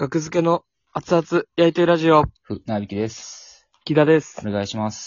学付けの熱々焼いてるラジオ、 なびきです。 木田です。 お願いします。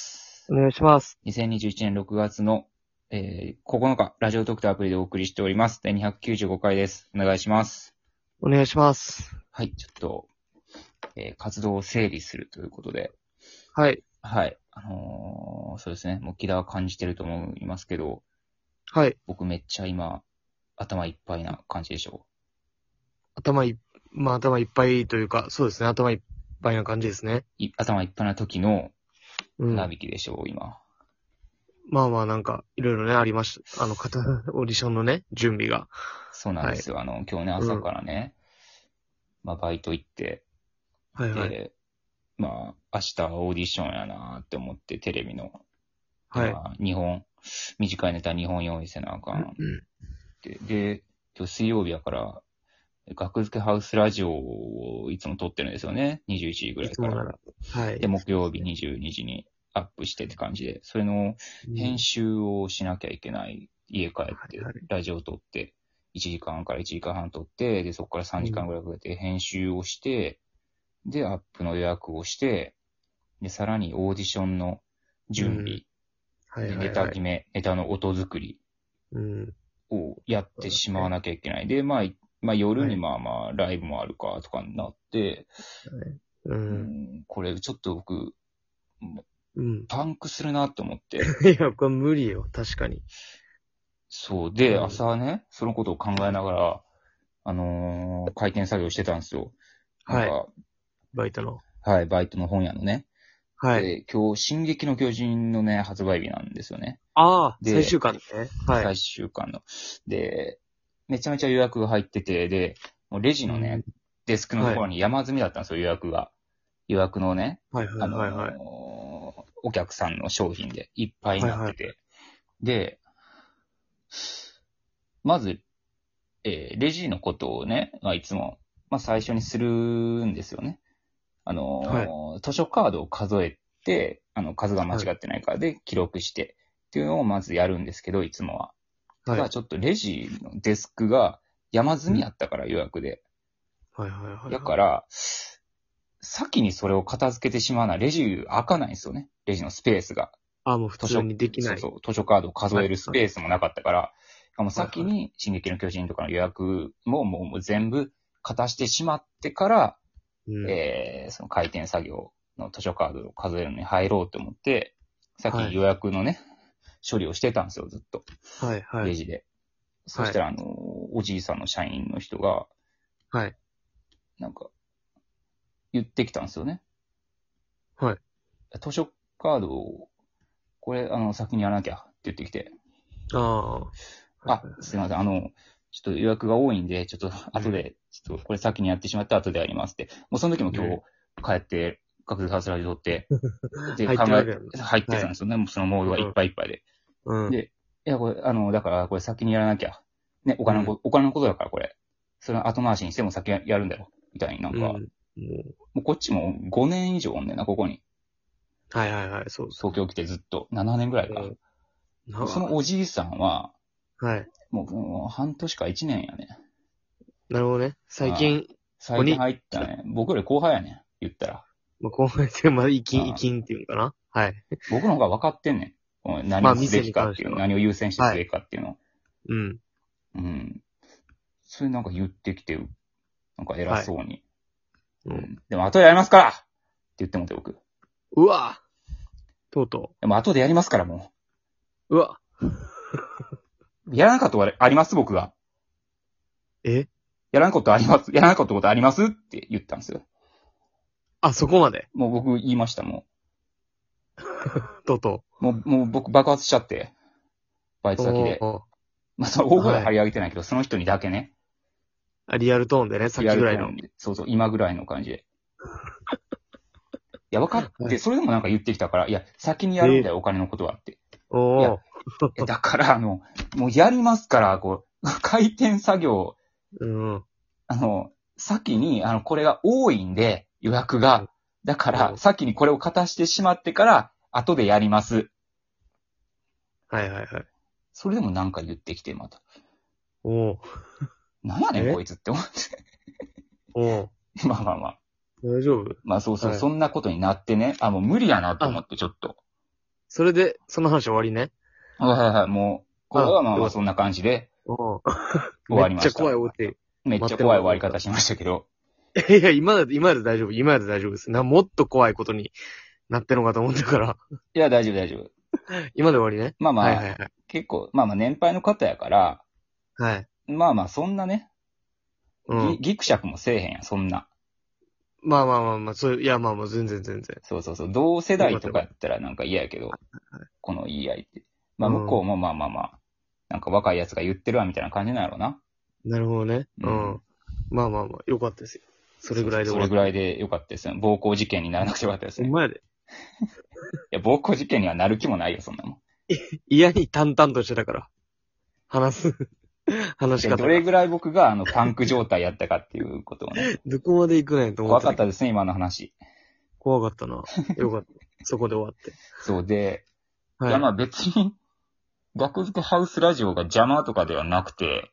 お願いします。 2021年6月の、9日、ラジオトークとアプリでお送りしております。第295回です。お願いします。 お願いします。 はい、ちょっと、活動を整理するということで、 はい。 はい、そうですね、もう木田は感じてると思いますけど、 はい。 僕めっちゃ今、頭いっぱいな感じでしょ頭いっぱいというか、そうですね、頭いっぱいな感じですね。 頭いっぱいな時の、 うん。 なびきでしょ今。 なんか、いろいろね、ありました。オーディションのね、準備が。 そうなんはい。 ですよ。今日ね、 うん。 朝からね、バイト行って、 はいはい。 で、明日はオーディションやなって思ってテレビの。で、 はい。 短いネタ2本用意せなあかんっうんて。で、今日水曜日やから、学付けハウスラジオをいつも撮ってるんですよね。21時ぐらいから。 いつもなら。はで、 い。 木曜日22時にアップしてって感じで、それの編うん。 集をしなきゃいけない。家帰ってはいはい。 ラジオ撮って、1時間から1時間半撮って、で、そこから3時間ぐらいかけて編集をして、で、アップの予約をして、で、さらにオーディションの準備、 うん。はいで、 はいはい。 ネタの音作りうん。 をやってしまわね。 なきゃいけない。で、夜にはい。 ライブもあるかとかになって、 はい。うん。 これちょっと僕、 うん。 パンクするなと思って、 いや、これ無理よ。確かに。 そう。で、 うん。 朝ね、そのことを考えながら、回転作業してたんですよ。なんはい。 か、 バイトの。 はい、バイトの本屋のね。 はい。 で、今日、進撃の巨人のね、発売日なんですよね。 ああ、最で、 終巻ですね。はい。 最終巻の。で、めちゃめちゃ予約が入ってて、で、もうレジうん。 のね、デスクのとはい。 ころに山積みだったんですよ、予約が。予約のね、 はいはいはいはい。 お客さんの商品でいっぱいにはいはい。 なってて。で、まず、レジのことをね、いつも、最初にするんですよね。 はい。 図書カードを数えて、数が間違はい。 ってないかで記録してっていうのをまずやるんですけど、いつもは。たはい。 だちょっとレジのデスクが山積みんやったから予約で。 はいはいはいはい。 やから、先にそれを片付けてしまうのはレジ開かないんですよね。レジのスペースが。 ああ、もう普通にできない。 そうそう、図書カードを数えるスはいはい。 ペースもなかったから、もう先はいはに進撃の巨人とかの予約ももう全部片してしまってから、 い。うん。 その回転作業の図書カードを数えるのに入ろうと思って、先はい。 予約のね、処理をしてたんですよ、ずっと。 はいはい。 レジで。そはい。 したら、おじいさんの社員の人が、 はい。 なんか、言ってきたんですよね。 はい。 図書カードを、これ、先にやらなきゃって言ってきて、 ああ。はいあ、 はい。 すいません、ちょっと予約が多いんで、ちょっとうん。 後で、ちょっとこれ先にやってしまって後でやりますって。もうその時もうん。 今日帰って、学生ハウスラジオって、で、 入ってるわけなんだ。 入ってはい。 たんですよね。もうそのモードがいっうん。 ぱいいっぱいで。 うん。 で、いや、これ、だからこれ先にやらなきゃ。ね、 うん。 お金のことだからこれ。それ後回しにしても先やるんだよ。みたいになんか、 うん。ももうこっちも5年以上おんねんな、ここに。 う、はいはいはい。そうですね。 東京来てずっと。7年ぐらいか。 うん。長そのおじいさんは、 はい。 もう半年か1年やね。 なるほどね。最ああ、 近、ここ最近に来た。 入ったね。僕より後輩やねん。言ったら。 まあ、後輩戦、まあ、生ああ、 きんっていうのかな。はい。 僕の方が分かってんねん。こう何まあ、 をすべ店きかっていうの、 に関しては。 何を優先してすはい。 べきかっていうの。 うん。 うん。それなんか言ってきて、なんか偉はい。 そうに。 うん。 うん。でも後でやりますからって言ってもって僕。 うわとうとでも後でやりますからもう。うわ。 う。やらなかったことあります僕が。 えやらなかったことありますやらなかったことありますって言ったんですよ。 あ、そこまで。 もう僕言いましたもとうとう。もう僕爆発しちゃって。バイう。 ト先で。 おー。 その大声ははい。 張り上げてないけど、その人にだけね。 あリアルトーンでね、さっリアきぐらいの。 ルトーンで。そうそう、今ぐらいの感じで。いや、分かって、 はい。 それでもなんか言ってきたから、いや、先にやるんだえよ、お金のことはって。いや、 おー。 だから、もうやりますから、回転作業、 うん。 先に、これが多いんで、予約が。だから、 うん。 先にこれを渡してしまってから、後でやります。 はいはいはい。 それでもなんか言ってきて、また。 おー。 なんやねん、 えこいつって思って。 おー。 まあまあまあ。 大丈夫？ まあそうそう、 はいそんなことになってね。もう無理やなと思って、ちょっと。 それで、その話終わりね。 はいはいはい、もう、これはまあよかった。 まあそんな感じでうん。 終わりました。 めっちゃ怖い終わって。 めっちゃ怖い終わり方しましたけど。 いや、今で大丈夫。今で大丈夫です。もっと怖いことになってるのかと思ってたから。 いや、大丈夫大丈夫。 今で終わりね。 まあまあ、 はいはいはい。 結構、まあまあ年配の方やから、 はい。 まあまあそんなね、 うん。 ギクシャクもせえへんやん、そんな。 まあまあまあまあ、そういう、いやまあまあ、全然。 そうそうそう、同世代とかやったらなんか嫌やけど、この言い合いって。まあ向こうもまあまあまあ、なんか若いやつが言ってるわみたいな感じなんやろうな。 なるほどね。 ううんん。まあまあまあ、よかったですよ。それぐらいで終わった。 それぐらいでよかったですよ。暴行事件にならなくてよかったですね。 ほんまやで。 いや、暴行事件にはなる気もないよ、そんなもん。 嫌に淡々としてたから。話し方どれが。 ぐらい僕がパンク状態やったかっていうことをね。 どこまで行くねんと思ってた。 怖かったですね、今の話。 怖かったな。よかった。そこで終わって。 そうで、 はい。 いやまあ別に、学付けハウスラジオが邪魔とかではなくて、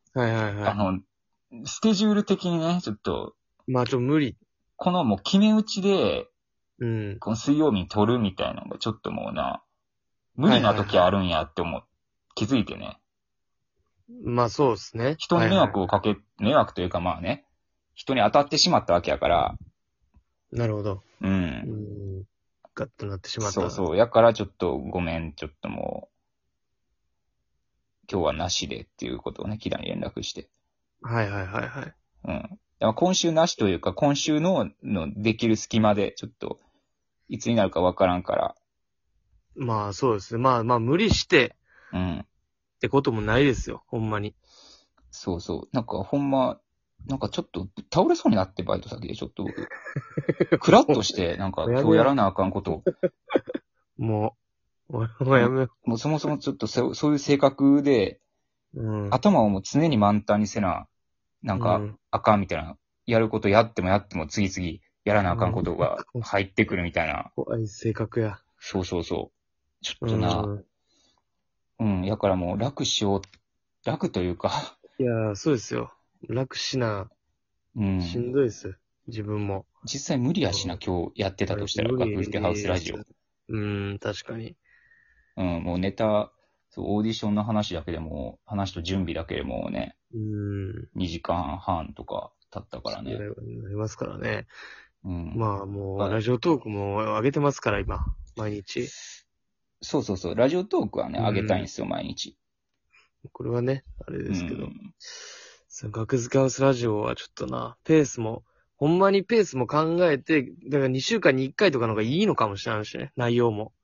スケジュール的にね、ちょっと、 まあ無理。 このもう決め打ちで、 うん。 この水曜日に撮るみたいなのがちょっともうな、無理な時あるんやって気づいてね。 まあそうですね。 人に迷惑を迷惑というかまあね、人に当たってしまったわけやから。 なるほど。 うん。 ガッとなってしまった。 そうそう。やからちょっとごめん、ちょっともう、今日はなしでっていうことをね、キラに連絡して。 はい。 うん。だから今週なしというか、今週のできる隙間で、ちょっと、いつになるかわからんから。 まあそうですね。まあ無理して、 うん。 ってこともないですよ。ほんまに。 そうそう。なんかほんま、なんかちょっと倒れそうになってバイト先でちょっと僕、クラッとして、なんか今日やらなあかんことを。 もうやめよもうそもそもちょっとそういう性格で、 う。 頭をもう常に満タンにせな、なんかあかんみたいな、やることやっても次々やらなあかんことが入ってくるみたいな。 怖い性格や。 そう。ちょっとな、やからもう楽というか。 いや、そうですよ。楽しな、しんどいです。自分も。 実際無理やしな、今日やってたとしたら、学付けハウスラジオ。 確かに。 もうネタ、オーディションの話だけでも、話と準備だけでもね、2時間半とか経ったからね。 なりますからね。まあもう、 ラジオトークも上げてますから、今。毎日。 そう。ラジオトークはね、上げたいんですよ、毎日。 これはね、あれですけど。学付けハウスラジオはちょっとな、ほんまにペースも考えて、だから2週間に1回とかの方がいいのかもしれないしね、内容も。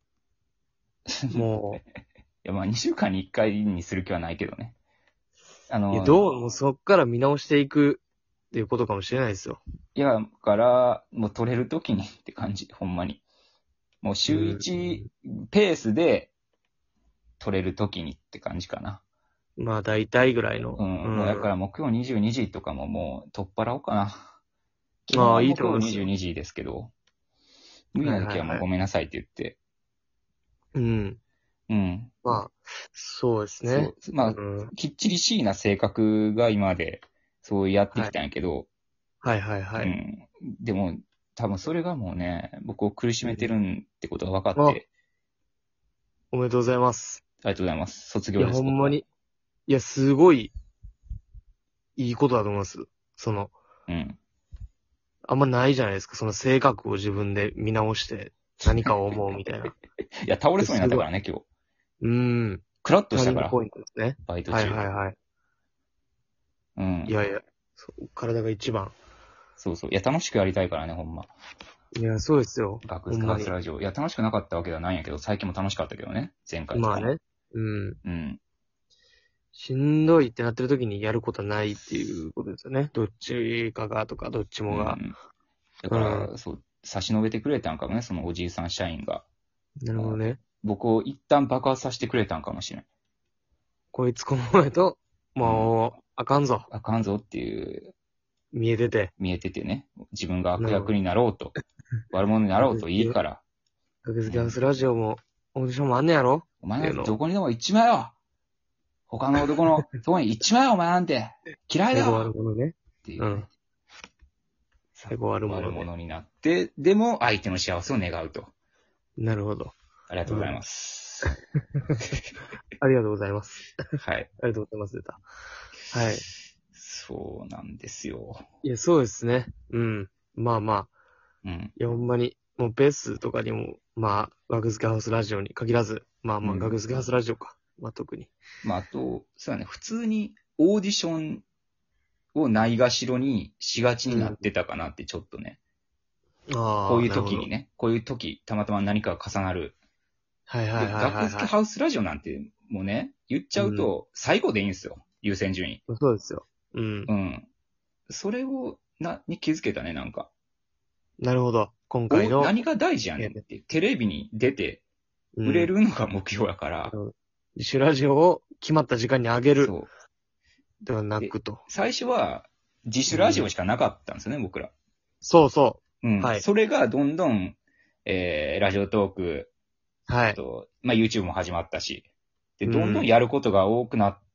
もう。 いや、まあ2週間に1回にする気はないけどね。 もうそっから見直していくっていうことかもしれないですよ。 いや、もう撮れるときにって感じ、ほんまに。もう週1ペースで撮れるときにって感じかな。 まあ大体ぐらいの。 もうだから木曜22時とかももう取っ払おうかな。 いいと思います。 木曜22時ですけど、無理な時はもうごめんなさいって言って。 まあ、そうですね。 まあ、きっちりしいな性格が今までそうやってきたんやけど。でも、多分それがもうね、僕を苦しめてるってことが分かって。 おめでとうございます。 ありがとうございます。卒業です。 いや、ほんまに。いや、すごい、いいことだと思います。あんまないじゃないですか。その性格を自分で見直して何かを思うみたいな。 いや、倒れそうになったからね、今日。クラッとしたから。 ポイントですね。 バイト中。 いや、体が一番。 そう。いや、楽しくやりたいからね、ほんま。 いや、そうですよ。 学付けハウスラジオ。いや、楽しくなかったわけではないんやけど、最近も楽しかったけどね、前回とか。 まあね。しんどいってなってる時にやることないっていうことですよね。どっちかがとか、どっちもが。 だから、差し伸べてくれたんかもね、そのおじいさん社員が。 なるほどね。 僕を一旦爆発させてくれたんかもしれん。 こいつこの前と、もう、あかんぞ。 あかんぞっていう。 見えててね。自分が悪役になろうと、悪者になろうといいから。 学付けハウスラジオも、オーディションもあんねやろ？ お前なんてどこにでも行っちまえよ！他の男のとこに行っちまえよ、お前なんて！嫌いだよ！ 悪者ね。 っていう。 最後悪者で。 悪者になって、でも相手の幸せを願うと。 なるほど。 ありがとうございます。 ありがとうございます。 はい。 ありがとうございます、出た。はい。 そうなんですよ。 いや、そうですね。うん。まあまあ。 うん。 いや、ほんまに、もうベースとかにも、まあ、学付けハウスラジオに限らず、まあまあ、学付けハウスラジオか。まあ特に。 まああと、そうだね、普通にオーディションをないがしろにしがちになってたかなってちょっとね。 ああ。 こういう時にね、こういう時、たまたま何かが重なる。 はいはいはいはい、はい。 学付けハウスラジオなんて、もうね、言っちゃうと、最後でいいんですよ。優先順位。 そうですよ。うん。 うん。それを、に気づけたね、なんか。 なるほど。今回の。 何が大事やねんって。テレビに出て、売れるのが目標やから。 自主ラジオを決まった時間に上げる。 そう。 ではなくと。 最初は、自主ラジオしかなかったんですよね、僕ら。 そうそう。 うん。 はい。 それがどんどん、ラジオトーク、 はい。 まあ、YouTube も始まったし、で、どんどんやることが多くなって、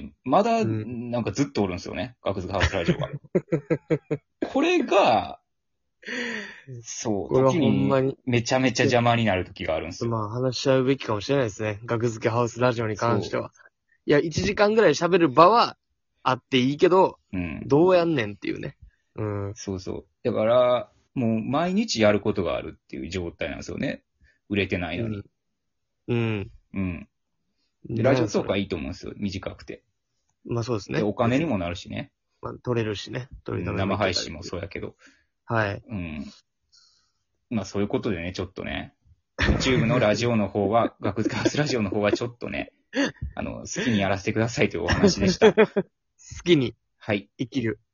まだ、なんかずっとおるんですよね、学付けハウスラジオが。これが、そう、時にめちゃめちゃ邪魔になる時があるんですよ。 まあ話し合うべきかもしれないですね。学付けハウスラジオに関しては。いや、1時間ぐらい喋る場はあっていいけど、 うん。 どうやんねんっていうね。うん。 そうそう。だから、もう毎日やることがあるっていう状態なんですよね。売れてないのに。 うん。 うん。でラジオトークはいいと思うんですよ。短くて。 まあそうですね。 で、お金にもなるしね。 まあ、取れるしね。 生配信もそうやけど。 はい。 うん。まあそういうことでね、ちょっとね。YouTube のラジオの方は、学付けハウスラジオの方はちょっとね、好きにやらせてくださいというお話でした。 好きに。 はい。 生きる。